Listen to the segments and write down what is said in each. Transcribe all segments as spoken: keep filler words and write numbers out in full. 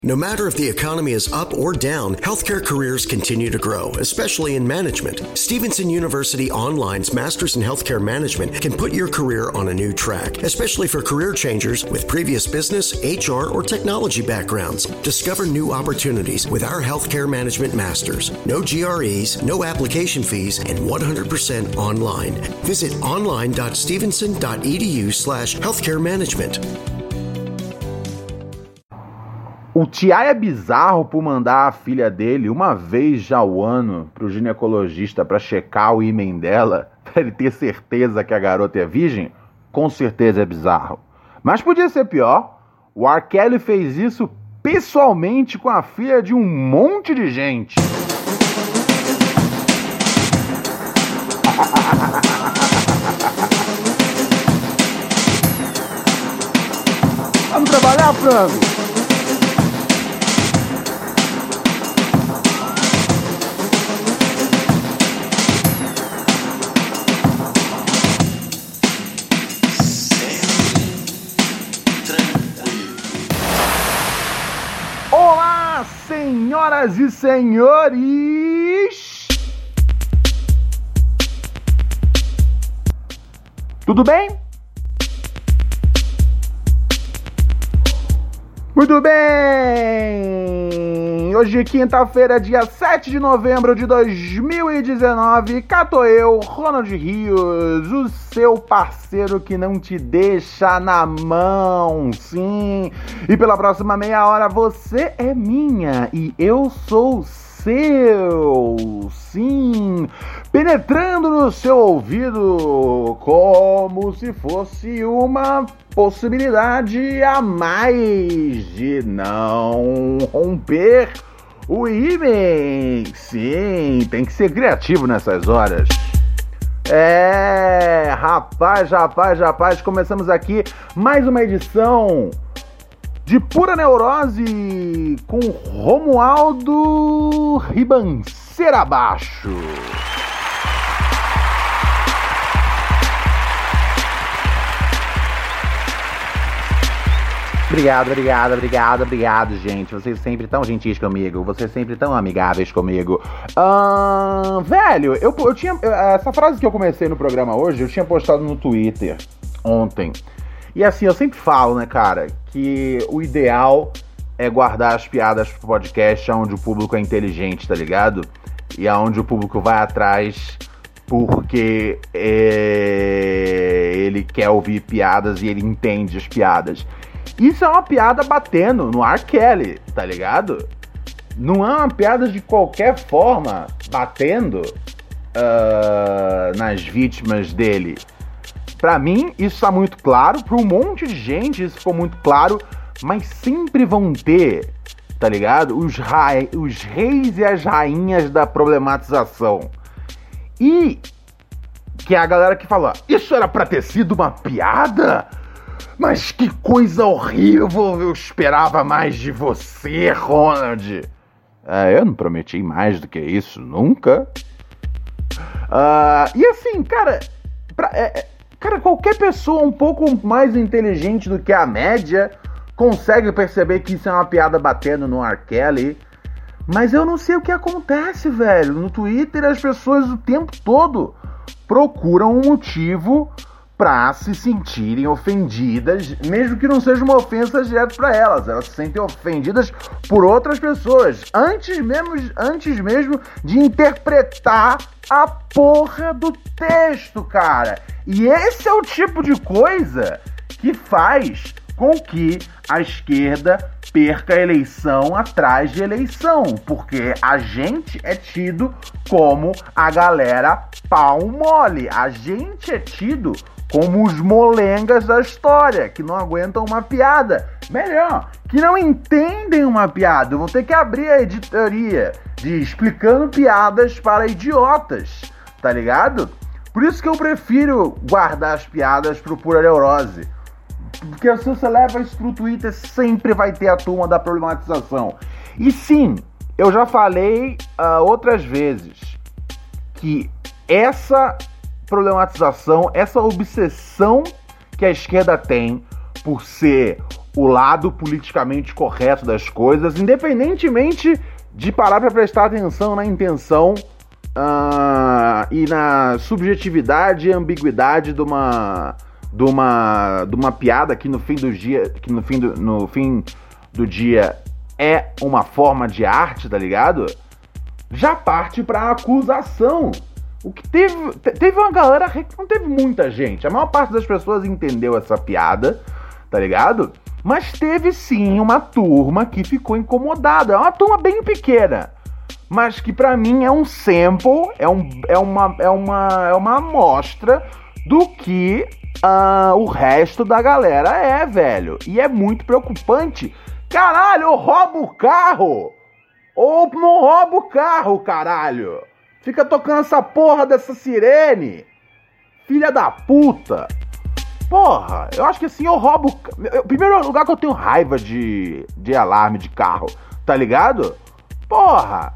No matter if the economy is up or down, healthcare careers continue to grow, especially in management. Stevenson University Online's Masters in Healthcare Management can put your career on a new track, especially for career changers with previous business, H R, or technology backgrounds. Discover new opportunities with our Healthcare Management Masters. No G R Es, no application fees, and one hundred percent online. Visit online.stevenson.edu slash healthcare management. O Tiai é bizarro por mandar a filha dele uma vez ao ano pro ginecologista pra checar o ímen dela, pra ele ter certeza que a garota é virgem? Com certeza é bizarro. Mas podia ser pior. O R. Kelly fez isso pessoalmente com a filha de um monte de gente. Vamos trabalhar, frango? Senhoras e senhores, tudo bem? Muito bem! Hoje é quinta-feira, dia sete de novembro de dois mil e dezenove, cá tô eu, Ronald Rios, o seu parceiro que não te deixa na mão, sim. E pela próxima meia hora você é minha e eu sou seu, sim. Penetrando no seu ouvido como se fosse uma possibilidade a mais de não romper o ímen. Sim, tem que ser criativo nessas horas. É, rapaz, rapaz, rapaz, começamos aqui mais uma edição de Pura Neurose com Romualdo Ribanceira Abaixo. Obrigado, obrigado, obrigado, obrigado, gente. Vocês sempre tão gentis comigo, vocês sempre tão amigáveis comigo. Ah, velho, eu, eu tinha... Essa frase que eu comecei no programa hoje, eu tinha postado no Twitter ontem. E assim, eu sempre falo, né, cara, que o ideal é guardar as piadas pro podcast onde o público é inteligente, tá ligado? E aonde o público vai atrás porque é, ele quer ouvir piadas e ele entende as piadas. Isso é uma piada batendo no R. Kelly, tá ligado? Não é uma piada de qualquer forma batendo uh, nas vítimas dele. Pra mim, isso tá muito claro. Pra um monte de gente, isso ficou muito claro. Mas sempre vão ter, tá ligado? Os, ra- os reis e as rainhas da problematização. E que é a galera que fala, isso era pra ter sido uma piada? Mas que coisa horrível, eu esperava mais de você, Ronald. É, eu não prometi mais do que isso, nunca. Uh, e assim, cara, pra, é, cara, qualquer pessoa um pouco mais inteligente do que a média consegue perceber que isso é uma piada batendo no R. Kelly. Mas eu não sei o que acontece, velho. No Twitter as pessoas o tempo todo procuram um motivo pra se sentirem ofendidas, mesmo que não seja uma ofensa direta pra elas. Elas se sentem ofendidas por outras pessoas, antes mesmo, antes mesmo de interpretar a porra do texto, cara. E esse é o tipo de coisa que faz com que a esquerda perca a eleição atrás de eleição, porque a gente é tido como a galera pau mole, a gente é tido como os molengas da história, que não aguentam uma piada. Melhor, que não entendem uma piada. Eu vou ter que abrir a editoria de Explicando Piadas para Idiotas, tá ligado? Por isso que eu prefiro guardar as piadas pro Pura Neurose. Porque se você leva isso pro Twitter, sempre vai ter a turma da problematização. E sim, eu já falei uh, outras vezes que essa problematização, essa obsessão que a esquerda tem por ser o lado politicamente correto das coisas, independentemente de parar para prestar atenção na intenção uh, e na subjetividade e ambiguidade de uma, de uma, de uma piada que no fim do dia, que no fim do, no fim do dia é uma forma de arte, tá ligado? Já parte pra acusação. O que teve, teve uma galera, não teve muita gente, a maior parte das pessoas entendeu essa piada, tá ligado? Mas teve sim uma turma que ficou incomodada, é uma turma bem pequena, mas que pra mim é um sample, é, um, é, uma, é, uma, é uma amostra do que uh, o resto da galera é, velho. E é muito preocupante. Caralho, eu roubo o carro! Ou não roubo o carro, caralho! Fica tocando essa porra dessa sirene! Filha da puta! Porra, eu acho que assim eu roubo... Eu, primeiro lugar que eu tenho raiva de, de alarme de carro, tá ligado? Porra!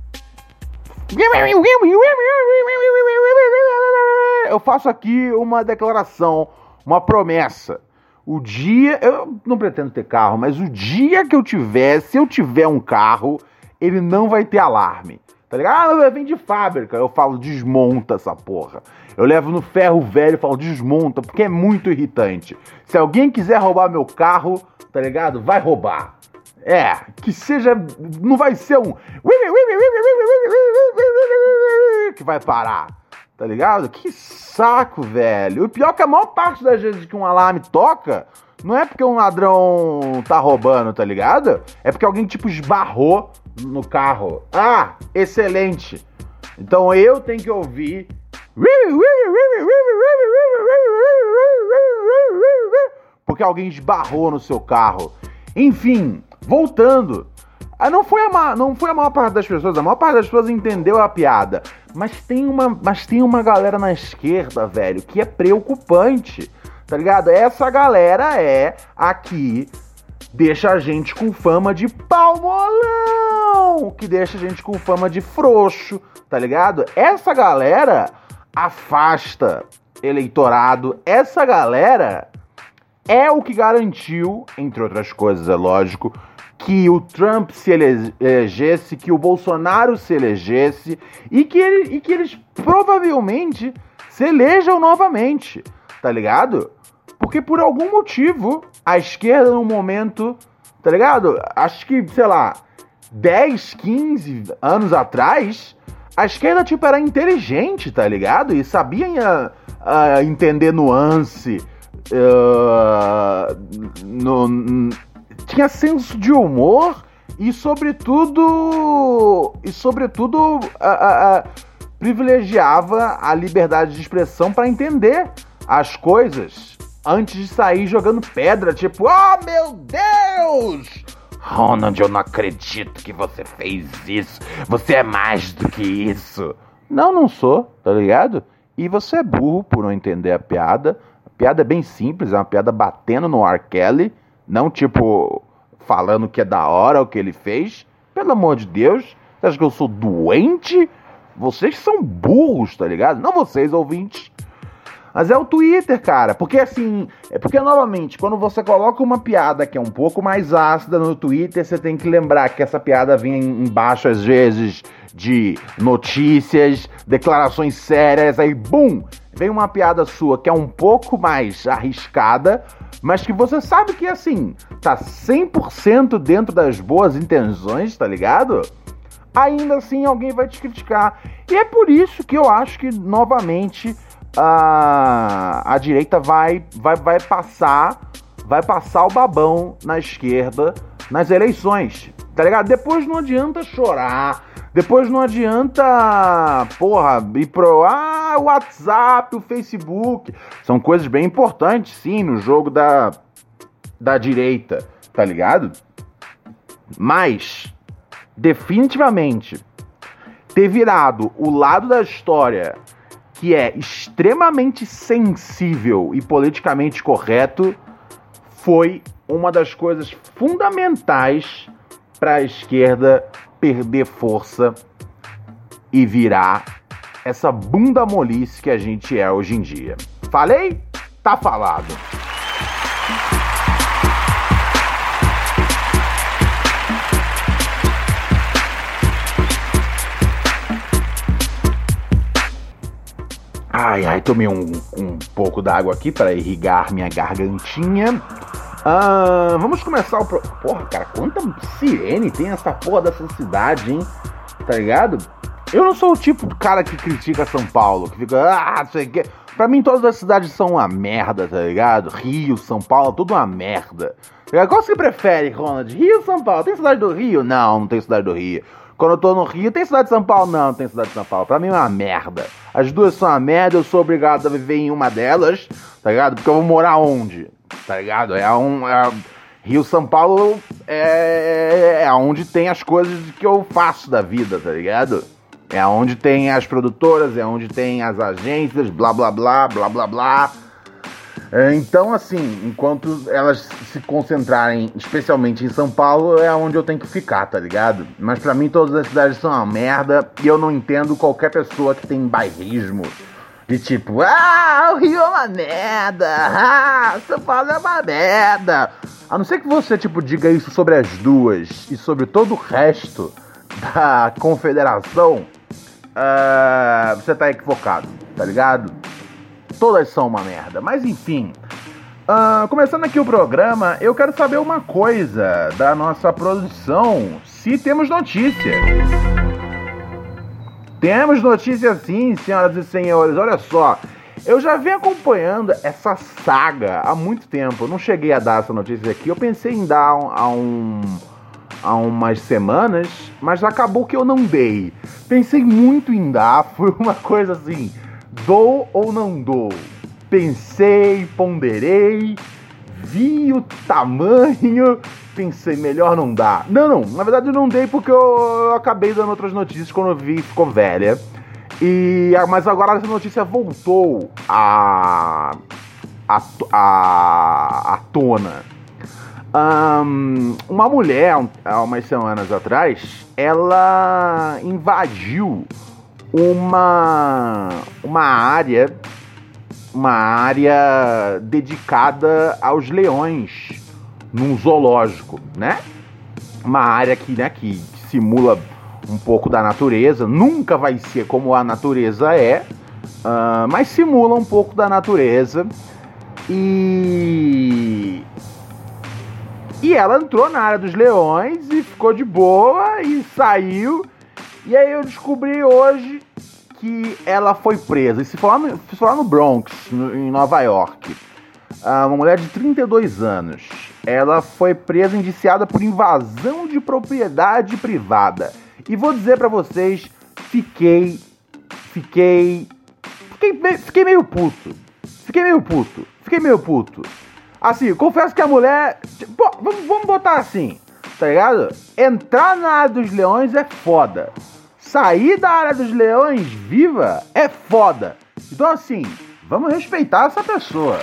Eu faço aqui uma declaração, uma promessa. O dia... Eu não pretendo ter carro, mas o dia que eu tiver, se eu tiver um carro, ele não vai ter alarme. Tá ligado? Ah, vem de fábrica. Eu falo, desmonta essa porra. Eu levo no ferro velho e falo, desmonta, porque é muito irritante. Se alguém quiser roubar meu carro, tá ligado? Vai roubar. É, que seja... Não vai ser um... que vai parar. Tá ligado? Que saco, velho. O pior é que a maior parte das vezes que um alarme toca, não é porque um ladrão tá roubando, tá ligado? É porque alguém, tipo, esbarrou no carro. Ah, excelente. Então eu tenho que ouvir... porque alguém esbarrou no seu carro. Enfim, voltando... Ah, não foi, a ma- não foi a maior parte das pessoas, a maior parte das pessoas entendeu a piada. Mas tem uma, mas tem uma galera na esquerda, velho, que é preocupante, tá ligado? Essa galera é a que deixa a gente com fama de palmolão, que deixa a gente com fama de frouxo, tá ligado? Essa galera afasta eleitorado, essa galera é o que garantiu, entre outras coisas, é lógico, que o Trump se elegesse, que o Bolsonaro se elegesse e que, ele, e que eles provavelmente se elejam novamente, tá ligado? Porque por algum motivo a esquerda no momento, tá ligado? Acho que, sei lá, dez, quinze anos atrás, a esquerda tipo era inteligente, tá ligado? E sabia uh, uh, entender nuance, uh, no... no tinha senso de humor e, sobretudo, e, sobretudo a, a, a, privilegiava a liberdade de expressão para entender as coisas antes de sair jogando pedra, tipo, oh meu Deus! Ronald, eu não acredito que você fez isso. Você é mais do que isso. Não, não sou, tá ligado? E você é burro por não entender a piada. A piada é bem simples, é uma piada batendo no R. Kelly. Não, tipo, falando que é da hora o que ele fez. Pelo amor de Deus. Você acha que eu sou doente? Vocês são burros, tá ligado? Não vocês, ouvintes. Mas é o Twitter, cara. Porque assim... É porque, novamente, quando você coloca uma piada que é um pouco mais ácida no Twitter, você tem que lembrar que essa piada vem embaixo, às vezes, de notícias, declarações sérias. Aí, bum! Vem uma piada sua que é um pouco mais arriscada, mas que você sabe que, assim, tá cem por cento dentro das boas intenções, tá ligado? Ainda assim, alguém vai te criticar. E é por isso que eu acho que, novamente, a, a direita vai, vai, vai passar vai passar o babão na esquerda nas eleições, tá ligado? Depois não adianta chorar, depois não adianta, porra, ir pro ah, o WhatsApp, o Facebook. São coisas bem importantes, sim, no jogo da, da direita, tá ligado? Mas, definitivamente, ter virado o lado da história que é extremamente sensível e politicamente correto foi uma das coisas fundamentais para a esquerda perder força e virar essa bunda molice que a gente é hoje em dia. Falei? Tá falado. Ai, ai, tomei um, um pouco d'água aqui para irrigar minha gargantinha. Ah, vamos começar o... Pro... Porra, cara, quanta sirene tem essa porra dessa cidade, hein? Tá ligado? Eu não sou o tipo de cara que critica São Paulo, que fica... Ah, sei que... Pra mim, todas as cidades são uma merda, tá ligado? Rio, São Paulo, tudo uma merda. Qual você prefere, Ronald? Rio ou São Paulo? Tem cidade do Rio? Não, não tem cidade do Rio. Quando eu tô no Rio, tem cidade de São Paulo? Não, não tem cidade de São Paulo. Pra mim é uma merda. As duas são uma merda, eu sou obrigado a viver em uma delas, tá ligado? Porque eu vou morar onde? Tá ligado? É um... É... Rio, São Paulo é... é onde tem as coisas que eu faço da vida, tá ligado? É onde tem as produtoras, é onde tem as agências, blá, blá, blá, blá, blá, blá. Então, assim, enquanto elas se concentrarem especialmente em São Paulo, é onde eu tenho que ficar, tá ligado? Mas pra mim todas as cidades são uma merda e eu não entendo qualquer pessoa que tem bairrismo. De tipo, ah, o Rio é uma merda, ah, São Paulo é uma merda. A não ser que você, tipo, diga isso sobre as duas e sobre todo o resto da confederação, uh, você tá equivocado, tá ligado? Todas são uma merda, mas enfim. Uh, começando aqui o programa, eu quero saber uma coisa da nossa produção. Se temos notícia. Temos notícia sim, senhoras e senhores. Olha só, eu já venho acompanhando essa saga há muito tempo. Eu não cheguei a dar essa notícia aqui. Eu pensei em dar há um, há umas semanas, mas acabou que eu não dei. Pensei muito em dar, foi uma coisa assim... Dou ou não dou? Pensei, ponderei, vi o tamanho, pensei, melhor não dar. Não, não, na verdade eu não dei porque eu, eu acabei dando outras notícias quando eu vi e ficou velha. E, mas agora essa notícia voltou à a, a, a, a tona. Um, uma mulher, há umas semanas atrás, ela invadiu uma uma área uma área dedicada aos leões num zoológico, né? Uma área que, né, que simula um pouco da natureza, nunca vai ser como a natureza é, uh, mas simula um pouco da natureza. E e ela entrou na área dos leões e ficou de boa e saiu. E aí eu descobri hoje que ela foi presa. Isso foi lá no, foi lá no Bronx, no, em Nova York. Ah, uma mulher de trinta e dois anos. Ela foi presa indiciada por invasão de propriedade privada. E vou dizer pra vocês, fiquei... Fiquei... Fiquei, fiquei meio puto. Fiquei meio puto. Fiquei meio puto. Assim, confesso que a mulher... Pô, vamos, vamos botar assim, tá ligado? Entrar na área dos leões é foda. Sair da área dos leões viva é foda. Então assim, vamos respeitar essa pessoa.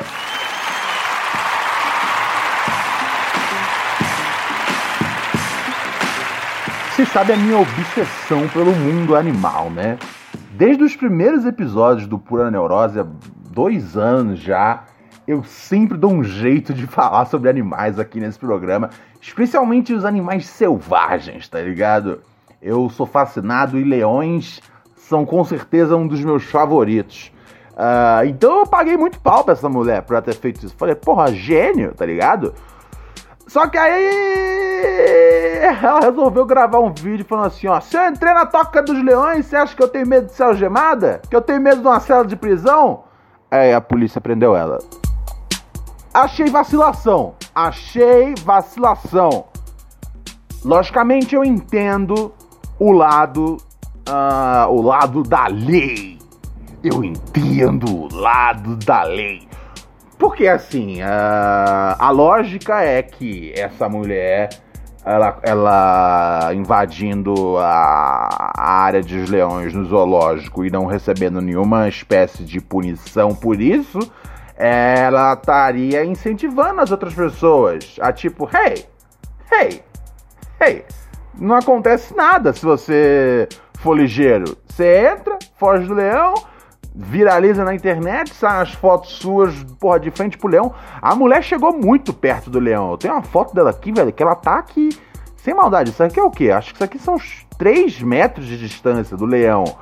Você sabe a minha obsessão pelo mundo animal, né? Desde os primeiros episódios do Pura Neurose, há dois anos já, eu sempre dou um jeito de falar sobre animais aqui nesse programa, especialmente os animais selvagens, tá ligado? Eu sou fascinado e leões são com certeza um dos meus favoritos. Uh, então eu paguei muito pau pra essa mulher por ela ter feito isso. Falei, porra, gênio, tá ligado? Só que aí ela resolveu gravar um vídeo falando assim, ó, se eu entrei na toca dos leões, você acha que eu tenho medo de ser algemada? Que eu tenho medo de uma cela de prisão? Aí a polícia prendeu ela. Achei vacilação. Achei vacilação. Logicamente eu entendo o lado, uh, o lado da lei. Eu entendo o lado da lei. Porque assim, uh, a lógica é que essa mulher, ela, ela invadindo a, a área dos leões no zoológico e não recebendo nenhuma espécie de punição por isso, ela estaria incentivando as outras pessoas a tipo, hey, hey, hey, não acontece nada se você for ligeiro. Você entra, foge do leão, viraliza na internet, sai as fotos suas, porra, de frente pro leão. A mulher chegou muito perto do leão. Eu tenho uma foto dela aqui, velho, que ela tá aqui, sem maldade. Isso aqui é o quê? Acho que isso aqui são uns três metros de distância do leão.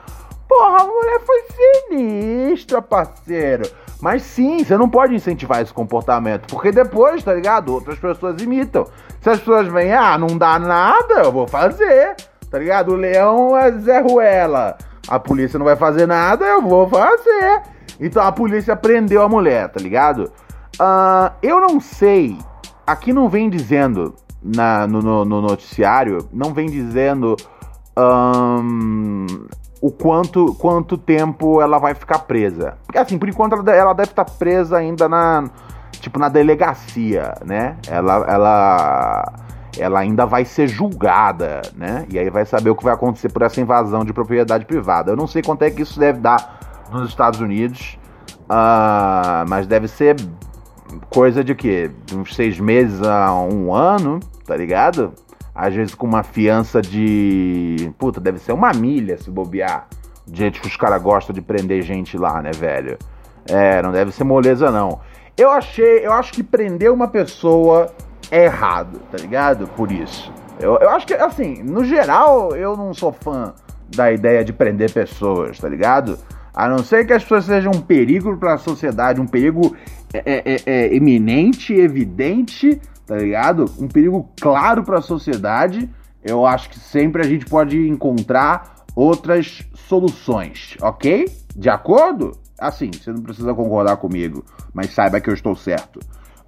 Porra, a mulher foi sinistra, parceiro. Mas sim, você não pode incentivar esse comportamento, porque depois, tá ligado? Outras pessoas imitam. Se as pessoas vêm, ah, não dá nada, eu vou fazer, tá ligado? O leão é Zé Ruela. A polícia não vai fazer nada, eu vou fazer. Então a polícia prendeu a mulher, tá ligado? Uh, eu não sei, aqui não vem dizendo, na, no, no, no noticiário, não vem dizendo um, o quanto, quanto tempo ela vai ficar presa. Porque assim, por enquanto ela, ela deve estar presa ainda na, tipo, na delegacia, né? Ela, ela, ela ainda vai ser julgada, né? E aí vai saber o que vai acontecer por essa invasão de propriedade privada. Eu não sei quanto é que isso deve dar nos Estados Unidos, uh, mas deve ser coisa de quê? De uns seis meses a um ano, tá ligado? Às vezes com uma fiança de... Puta, deve ser uma milha se bobear. Do jeito que os caras gostam de prender gente lá, né, velho? É, não deve ser moleza, não. Eu achei... Eu acho que prender uma pessoa é errado, tá ligado? Por isso. Eu, eu acho que, assim, no geral, eu não sou fã da ideia de prender pessoas, tá ligado? A não ser que as pessoas sejam um perigo para a sociedade, um perigo é, é, é, eminente, evidente, tá ligado? Um perigo claro para a sociedade. Eu acho que sempre a gente pode encontrar outras soluções, ok? De acordo? Assim, você não precisa concordar comigo, mas saiba que eu estou certo.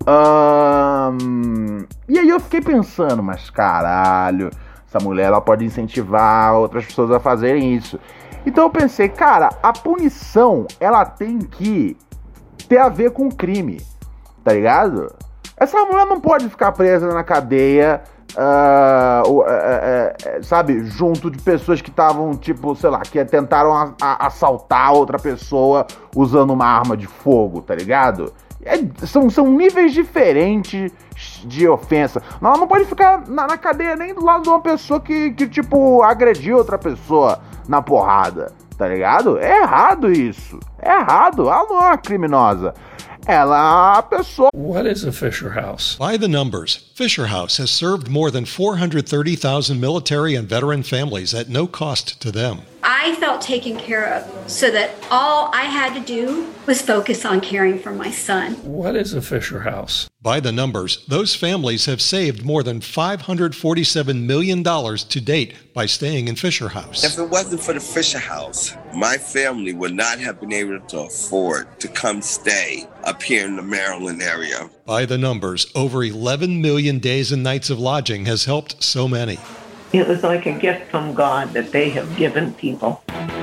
Um... E aí eu fiquei pensando, mas caralho, essa mulher ela pode incentivar outras pessoas a fazerem isso. Então eu pensei, cara, a punição, ela tem que ter a ver com o crime, tá ligado? Essa mulher não pode ficar presa na cadeia, uh, uh, uh, uh, sabe, junto de pessoas que estavam, tipo, sei lá, que tentaram a, a, assaltar outra pessoa usando uma arma de fogo, tá ligado? É, são, são níveis diferentes de ofensa. Ela não pode ficar na, na cadeia nem do lado de uma pessoa que, que, tipo, agrediu outra pessoa na porrada, tá ligado? É errado isso. É errado. Ela não é uma criminosa. Ela é a pessoa... What is a Fisher House? By the numbers, Fisher House has served more than four hundred thirty thousand military and veteran families at no cost to them. I felt taken care of, so that all I had to do was focus on caring for my son. What is a Fisher House? By the numbers, those families have saved more than five hundred forty-seven million dollars to date by staying in Fisher House. If it wasn't for the Fisher House, my family would not have been able to afford to come stay up here in the Maryland area. By the numbers, over eleven million days and nights of lodging has helped so many. It was like a gift from God that they have given people.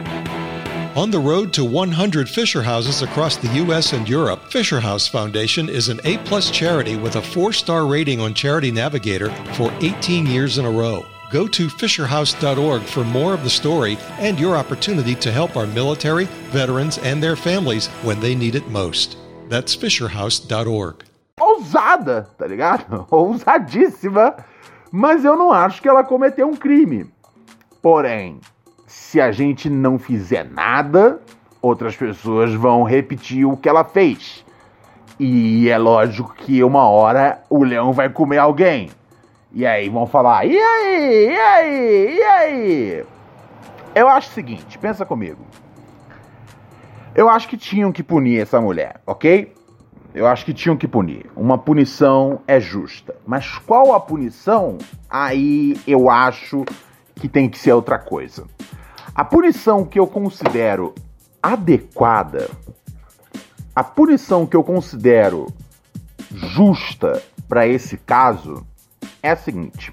On the road to one hundred Fisher Houses across the U S and Europe, Fisher House Foundation is an A-plus charity with a four-star rating on Charity Navigator for eighteen years in a row. Go to fisher house dot org for more of the story and your opportunity to help our military, veterans, and their families when they need it most. That's fisher house dot org. Ousada, tá ligado? Ousadíssima. Mas eu não acho que ela cometeu um crime. Porém, se a gente não fizer nada, outras pessoas vão repetir o que ela fez. E é lógico que uma hora o leão vai comer alguém. E aí vão falar, e aí, e aí, e aí? Eu acho o seguinte, pensa comigo. Eu acho que tinham que punir essa mulher, ok? Eu acho que tinham que punir. Uma punição é justa. Mas qual a punição? Aí eu acho que tem que ser outra coisa. A punição que eu considero adequada, a punição que eu considero justa para esse caso é a seguinte.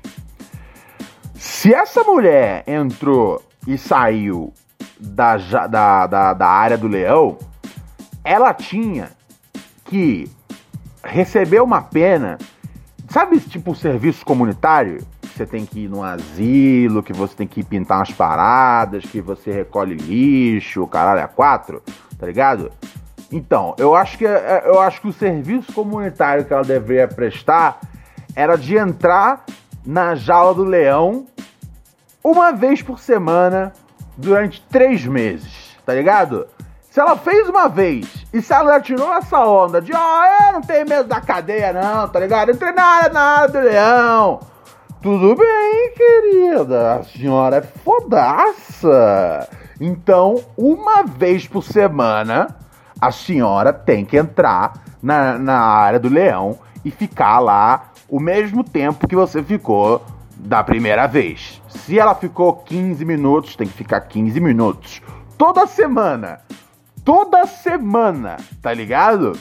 Se essa mulher entrou e saiu da, da, da, da área do leão, ela tinha que receber uma pena, sabe, tipo serviço comunitário? Que você tem que ir num asilo, que você tem que ir pintar umas paradas, que você recolhe lixo, caralho, é quatro, tá ligado? Então, eu acho que eu acho que o serviço comunitário que ela deveria prestar era de entrar na jaula do leão uma vez por semana durante três meses, tá ligado? Se ela fez uma vez e se ela tirou essa onda de, ó, oh, eu não tenho medo da cadeia não, tá ligado? Eu entrei na área, na área do leão. Tudo bem, querida, a senhora é fodaça. Então, uma vez por semana, a senhora tem que entrar na, na área do leão e ficar lá o mesmo tempo que você ficou da primeira vez. Se ela ficou quinze minutos, tem que ficar quinze minutos. Toda semana. Toda semana, tá ligado?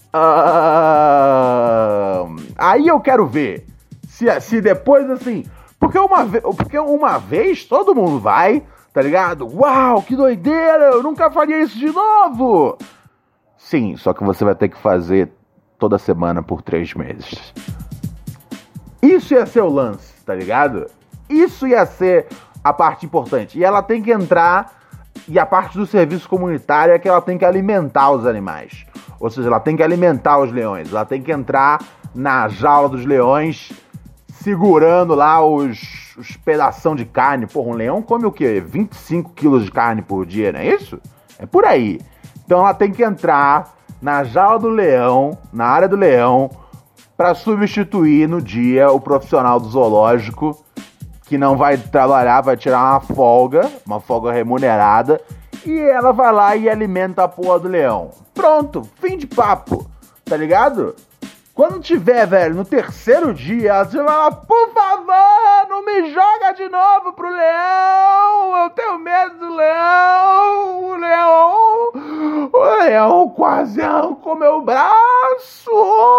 Uh... Aí eu quero ver se, se depois, assim... Porque uma, ve- porque uma vez todo mundo vai, tá ligado? Uau, que doideira, eu nunca faria isso de novo. Sim, só que você vai ter que fazer toda semana por três meses. Isso ia ser o lance, tá ligado? Isso ia ser a parte importante. E ela tem que entrar... E a parte do serviço comunitário é que ela tem que alimentar os animais. Ou seja, ela tem que alimentar os leões. Ela tem que entrar na jaula dos leões, segurando lá os, os pedação de carne. Porra, um leão come o quê? vinte e cinco quilos de carne por dia, não é isso? É por aí. Então ela tem que entrar na jaula do leão, na área do leão, para substituir no dia o profissional do zoológico que não vai trabalhar, vai tirar uma folga, uma folga remunerada, e ela vai lá e alimenta a porra do leão. Pronto, fim de papo, tá ligado? Quando tiver, velho, no terceiro dia, você vai lá, por favor, não me joga de novo pro leão, eu tenho medo do leão, o leão, o leão quase arrancou meu braço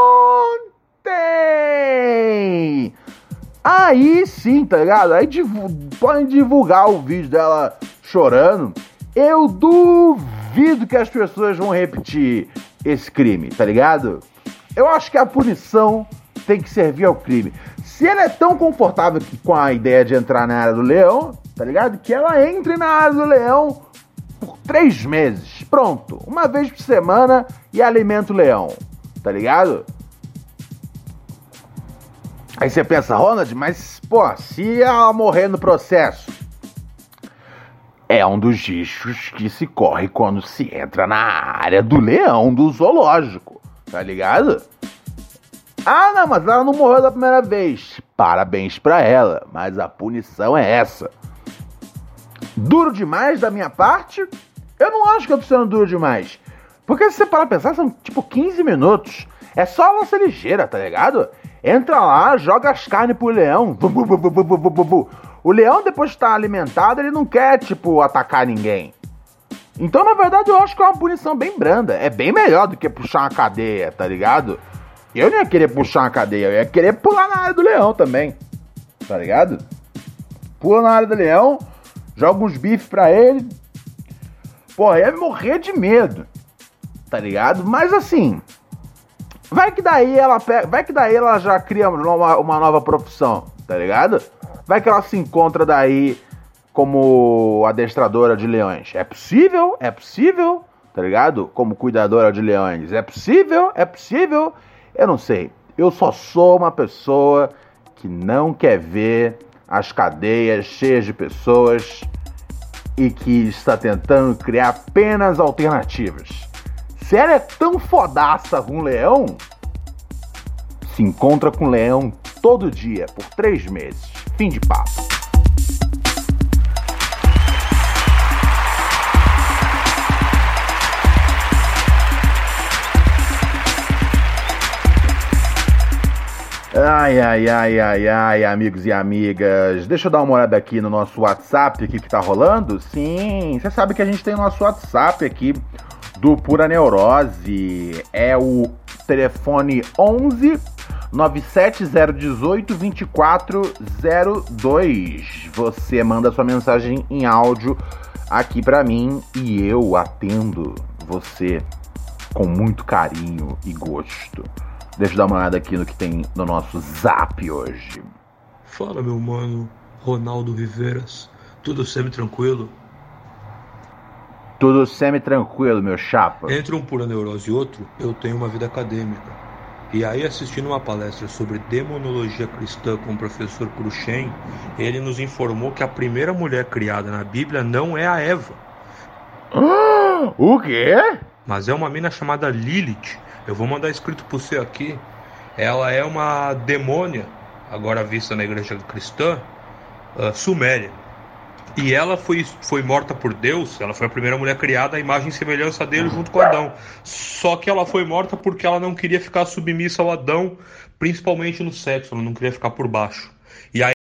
ontem. Aí sim, tá ligado? Aí divu- podem divulgar o vídeo dela chorando. Eu duvido que as pessoas vão repetir esse crime, tá ligado? Eu acho que a punição tem que servir ao crime. Se ela é tão confortável com a ideia de entrar na área do leão, tá ligado? Que ela entre na área do leão por três meses. Pronto. Uma vez por semana e alimenta o leão, tá ligado? Aí você pensa, Ronald, mas, pô, se ela morrer no processo, é um dos riscos que se corre quando se entra na área do leão, do zoológico, tá ligado? Ah, não, mas ela não morreu da primeira vez. Parabéns pra ela, mas a punição é essa. Duro demais da minha parte? Eu não acho que eu tô sendo duro demais. Porque se você parar pra pensar, são tipo quinze minutos. É só ela ser ligeira, tá ligado? Entra lá, joga as carnes pro leão. O leão, depois de estar alimentado, ele não quer, tipo, atacar ninguém. Então, na verdade, eu acho que é uma punição bem branda. É bem melhor do que puxar uma cadeia, tá ligado? Eu não ia querer puxar uma cadeia, eu ia querer pular na área do leão também. Tá ligado? Pula na área do leão, joga uns bifes pra ele. Porra, ia morrer de medo. Tá ligado? Mas assim... Vai que daí ela pega, vai que daí ela já cria uma, uma nova profissão, tá ligado? Vai que ela se encontra daí como adestradora de leões. É possível, é possível, tá ligado? Como cuidadora de leões. É possível, é possível. Eu não sei. Eu só sou uma pessoa que não quer ver as cadeias cheias de pessoas e que está tentando criar apenas alternativas. Se ela é tão fodaça com um leão, se encontra com um leão todo dia, por três meses. Fim de papo. Ai, ai, ai, ai, ai, amigos e amigas. Deixa eu dar uma olhada aqui no nosso WhatsApp aqui que tá rolando. Sim, você sabe que a gente tem nosso WhatsApp aqui do Pura Neurose. É o telefone onze nove sete zero um oito dois quatro zero dois. Você manda sua mensagem em áudio aqui pra mim e eu atendo você com muito carinho e gosto. Deixa eu dar uma olhada aqui no que tem no nosso Zap hoje. Fala, meu mano, Ronaldo Riveiras. Tudo semi-tranquilo? Tudo semi-tranquilo, meu chapa. Entre um Pura Neurose e outro, eu tenho uma vida acadêmica. E aí, assistindo uma palestra sobre demonologia cristã com o professor Cruxem, ele nos informou que a primeira mulher criada na Bíblia não é a Eva. O quê? Mas é uma mina chamada Lilith. Eu vou mandar escrito pro você aqui. Ela é uma demônia, agora vista na igreja cristã, uh, suméria. E ela foi, foi morta por Deus, ela foi a primeira mulher criada à imagem e semelhança dele junto com Adão. Só que ela foi morta porque ela não queria ficar submissa ao Adão, principalmente no sexo, ela não queria ficar por baixo. E aí...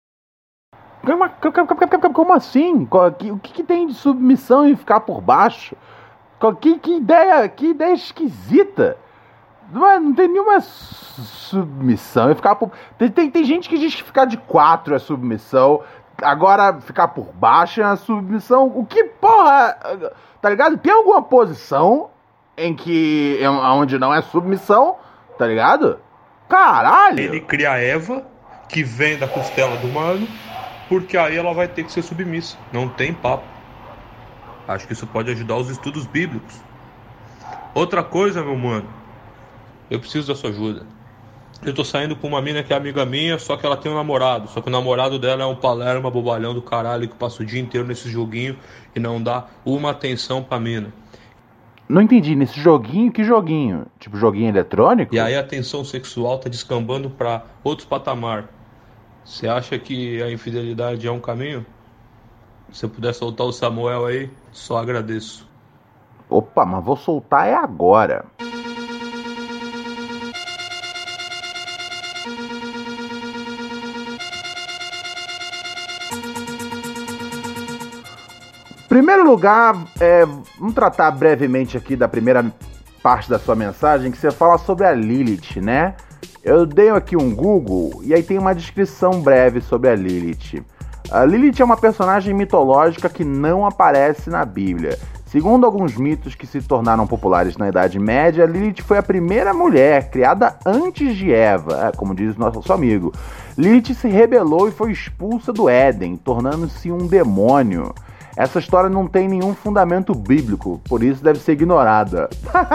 Como assim? O que, que tem de submissão em ficar por baixo? Que, que ideia, que ideia esquisita! Não, não tem nenhuma submissão em ficar por... Tem, tem, tem gente que diz que ficar de quatro é submissão. Agora, ficar por baixo é uma submissão. O que porra? Tá ligado? Tem alguma posição em que. Onde não é submissão, tá ligado? Caralho! Ele cria a Eva, que vem da costela do humano, porque aí ela vai ter que ser submissa. Não tem papo. Acho que isso pode ajudar os estudos bíblicos. Outra coisa, meu mano, eu preciso da sua ajuda. Eu tô saindo com uma mina que é amiga minha, só que ela tem um namorado. Só que o namorado dela é um palerma bobalhão do caralho que passa o dia inteiro nesse joguinho e não dá uma atenção pra mina. Não entendi, nesse joguinho, que joguinho? Tipo joguinho eletrônico? E aí a tensão sexual tá descambando pra outros patamar. Você acha que a infidelidade é um caminho? Se você puder soltar o Samuel aí, só agradeço. Opa, mas vou soltar é agora. Em primeiro lugar, é, vamos tratar brevemente aqui da primeira parte da sua mensagem, que você fala sobre a Lilith, né? Eu dei aqui um Google e aí tem uma descrição breve sobre a Lilith. A Lilith é uma personagem mitológica que não aparece na Bíblia. Segundo alguns mitos que se tornaram populares na Idade Média, Lilith foi a primeira mulher criada antes de Eva, como diz o nosso amigo. Lilith se rebelou e foi expulsa do Éden, tornando-se um demônio. Essa história não tem nenhum fundamento bíblico, por isso deve ser ignorada.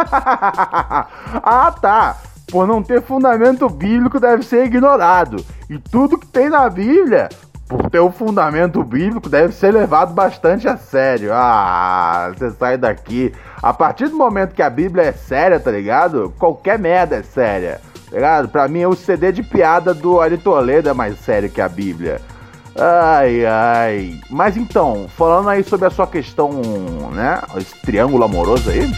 Ah, tá! Por não ter fundamento bíblico, deve ser ignorado. E tudo que tem na Bíblia, por ter um fundamento bíblico, deve ser levado bastante a sério. Ah, você sai daqui. A partir do momento que a Bíblia é séria, tá ligado? Qualquer merda é séria, tá ligado? Pra mim, o C D de piada do Ari Toledo é mais sério que a Bíblia. Ai, ai. Mas então, falando aí sobre a sua questão, né? Esse triângulo amoroso aí.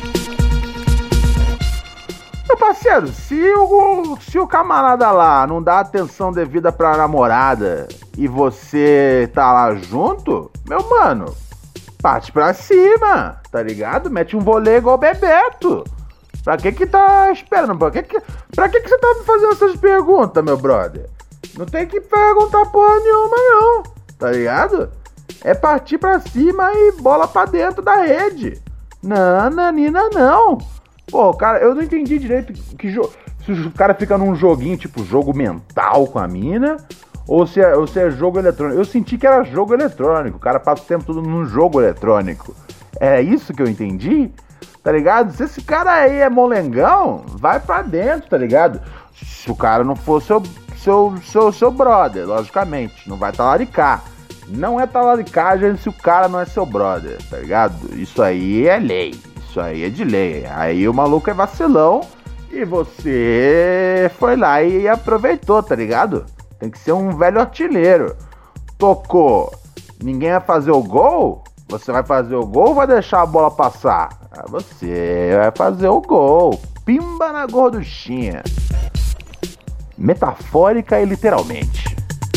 Meu parceiro, se o, se o camarada lá não dá atenção devida pra namorada e você tá lá junto, meu mano, parte pra cima, tá ligado? Mete um vôlei igual o Bebeto. Pra que que tá esperando? Pra que que, pra que que você tá me fazendo essas perguntas, meu brother? Não tem que perguntar porra nenhuma, não. Tá ligado? É partir pra cima e bola pra dentro da rede. Não, Nanina, não. Pô, cara, eu não entendi direito que jogo. Se o cara fica num joguinho, tipo jogo mental com a mina, ou se, é, ou se é jogo eletrônico. Eu senti que era jogo eletrônico. O cara passa o tempo todo num jogo eletrônico. É isso que eu entendi? Tá ligado? Se esse cara aí é molengão, vai pra dentro, tá ligado? Se o cara não for seu. Seu, seu, seu brother, logicamente, não vai talaricar. Não é talaricagem se o cara não é seu brother, tá ligado? Isso aí é lei, isso aí é de lei. Aí o maluco é vacilão e você foi lá e aproveitou, tá ligado? Tem que ser um velho artilheiro. Tocou, ninguém vai fazer o gol? Você vai fazer o gol ou vai deixar a bola passar? Você vai fazer o gol. Pimba na gorduchinha. Metafórica e literalmente.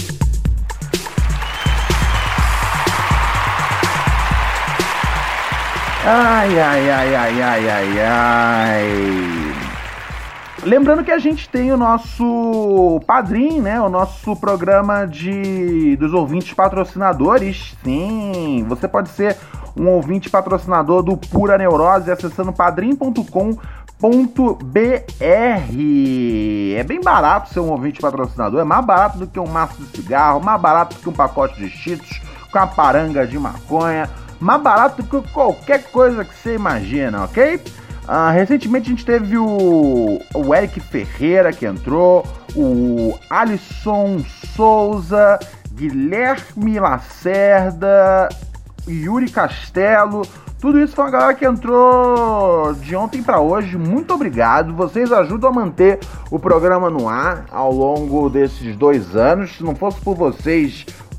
Ai, ai, ai, ai, ai, ai, ai. Lembrando que a gente tem o nosso Padrim, né? O nosso programa de dos ouvintes patrocinadores. Sim, você pode ser um ouvinte patrocinador do Pura Neurose acessando padrim ponto com ponto b r. É bem barato ser um ouvinte patrocinador, é mais barato do que um maço de cigarro, mais barato do que um pacote de cheetos com uma paranga de maconha, mais barato do que qualquer coisa que você imagina, ok? Uh, recentemente a gente teve o, o Eric Ferreira que entrou, o Alisson Souza, Guilherme Lacerda, Yuri Castelo. Tudo isso foi uma galera que entrou de ontem para hoje. Muito obrigado. Vocês ajudam a manter o programa no ar ao longo desses dois anos. Se não fosse por vocês, o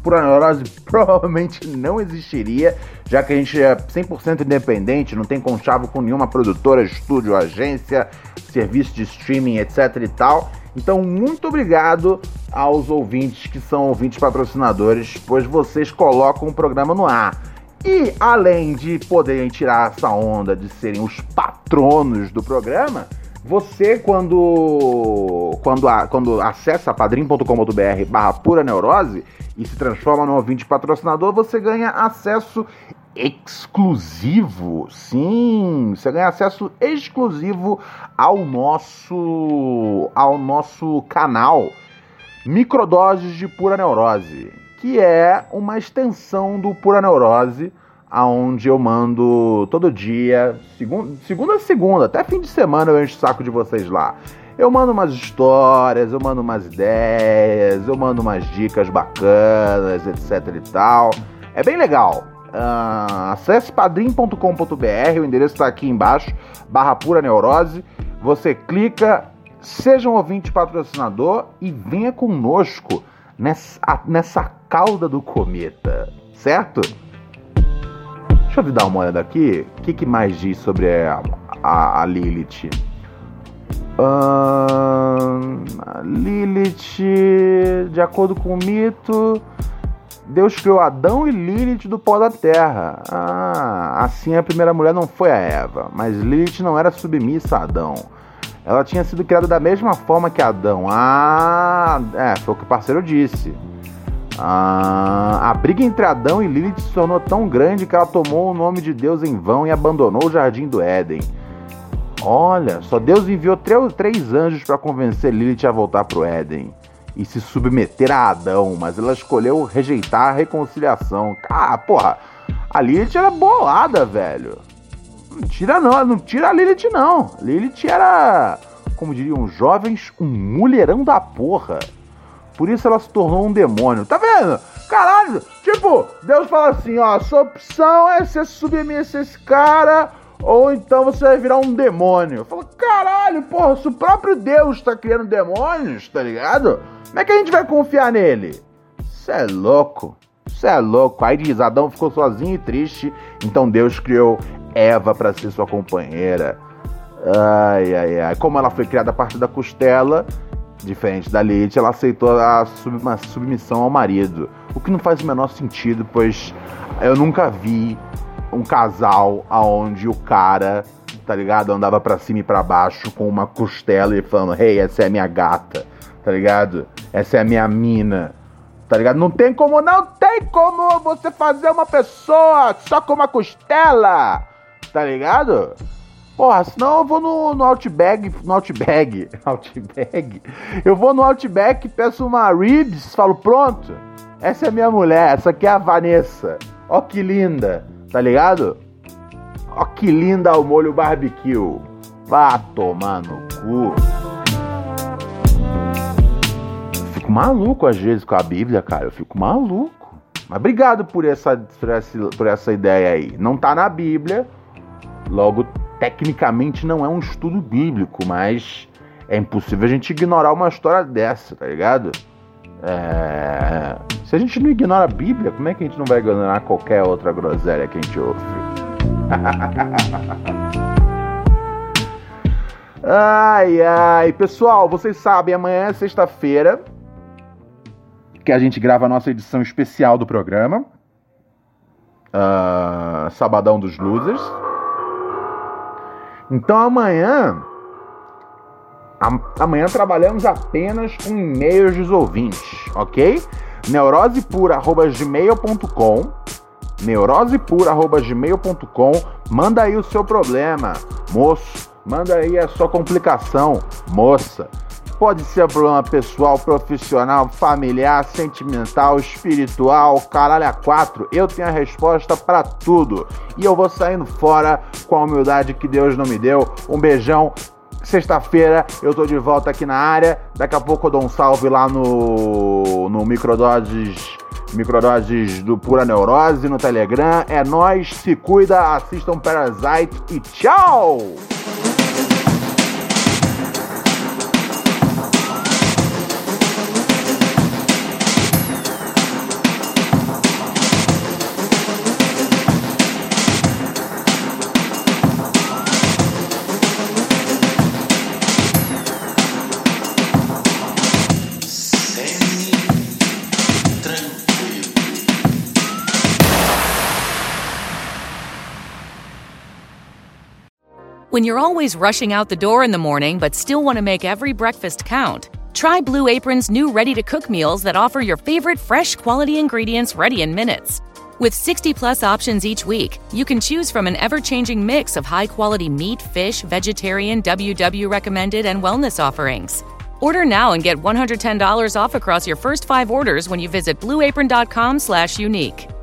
Pura Neurose provavelmente não existiria, já que a gente é cem por cento independente, não tem conchavo com nenhuma produtora, estúdio, agência, serviço de streaming, etc e tal. Então, muito obrigado aos ouvintes que são ouvintes patrocinadores, pois vocês colocam o programa no ar. E, além de poderem tirar essa onda de serem os patronos do programa, você, quando, quando, quando acessa padrim.com.br barra pura neurose e se transforma num ouvinte patrocinador, você ganha acesso exclusivo. Sim, você ganha acesso exclusivo ao nosso, ao nosso canal Microdoses de Pura Neurose, que é uma extensão do Pura Neurose, onde eu mando todo dia, segunda, segunda a segunda, até fim de semana eu encho o saco de vocês lá. Eu mando umas histórias, eu mando umas ideias, eu mando umas dicas bacanas, etc e tal. É bem legal. Uh, acesse padrim ponto com ponto b r, o endereço está aqui embaixo, barra Pura Neurose. Você clica, seja um ouvinte patrocinador e venha conosco nessa, nessa cauda do cometa, certo? Deixa eu dar uma olhada aqui. O que, que mais diz sobre a, a, a Lilith? Uh, a Lilith, de acordo com o mito, Deus criou Adão e Lilith do pó da terra. Ah, assim a primeira mulher não foi a Eva, mas Lilith não era submissa a Adão. Ela tinha sido criada da mesma forma que Adão. Ah, é, foi o que o parceiro disse. Ah, a briga entre Adão e Lilith se tornou tão grande que ela tomou o nome de Deus em vão e abandonou o jardim do Éden. Olha, só Deus enviou três, três anjos para convencer Lilith a voltar para o Éden e se submeter a Adão, mas ela escolheu rejeitar a reconciliação. Ah, porra, a Lilith era bolada, velho. Não tira não, não tira a Lilith não. Lilith era, como diriam os jovens, um mulherão da porra. Por isso ela se tornou um demônio. Tá vendo? Caralho! Tipo, Deus fala assim, ó, sua opção é ser submissa a esse cara, ou então você vai virar um demônio. Eu falo, caralho, porra, se o próprio Deus tá criando demônios, tá ligado? Como é que a gente vai confiar nele? Isso é louco. Isso é louco. Aí diz, Adão ficou sozinho e triste, então Deus criou Eva pra ser sua companheira. Ai, ai, ai. Como ela foi criada a partir da costela, diferente da Lilith, ela aceitou a sub- uma submissão ao marido. O que não faz o menor sentido, pois eu nunca vi um casal onde o cara, tá ligado, andava pra cima e pra baixo com uma costela e falando, hey, essa é a minha gata, tá ligado? Essa é a minha mina, tá ligado? Não tem como, não tem como você fazer uma pessoa só com uma costela, tá ligado? Porra, senão eu vou no, no Outback, no Outback, Outback, eu vou no Outback, peço uma ribs, falo, pronto, essa é a minha mulher, essa aqui é a Vanessa, ó que linda, tá ligado? Ó que linda ao molho barbecue, vá tomar no cu. Eu fico maluco às vezes com a Bíblia, cara, eu fico maluco, mas obrigado por essa, por essa, por essa ideia aí, não tá na Bíblia, logo tecnicamente não é um estudo bíblico, mas é impossível a gente ignorar uma história dessa, tá ligado? É... Se a gente não ignora a Bíblia, como é que a gente não vai ignorar qualquer outra groselha que a gente ouve? Ai, ai, pessoal, vocês sabem, amanhã é sexta-feira que a gente grava a nossa edição especial do programa, uh, Sabadão dos Losers. Então amanhã, a, amanhã trabalhamos apenas com e-mails dos ouvintes, ok? neurosepura arroba gmail ponto com neurosepura arroba gmail ponto com. Manda aí o seu problema, moço. Manda aí a sua complicação, moça. Pode ser problema pessoal, profissional, familiar, sentimental, espiritual, caralho a quatro. Eu tenho a resposta pra tudo. E eu vou saindo fora com a humildade que Deus não me deu. Um beijão. Sexta-feira eu tô de volta aqui na área. Daqui a pouco eu dou um salve lá no, no Microdoses, Microdoses do Pura Neurose no Telegram. É nóis, se cuida, assistam Parasite e tchau! When you're always rushing out the door in the morning but still want to make every breakfast count, try Blue Apron's new ready-to-cook meals that offer your favorite fresh quality ingredients ready in minutes. With sixty plus options each week, you can choose from an ever-changing mix of high-quality meat, fish, vegetarian, W W recommended, and wellness offerings. Order now and get one hundred ten dollars off across your first five orders when you visit blueapron dot com slash unique.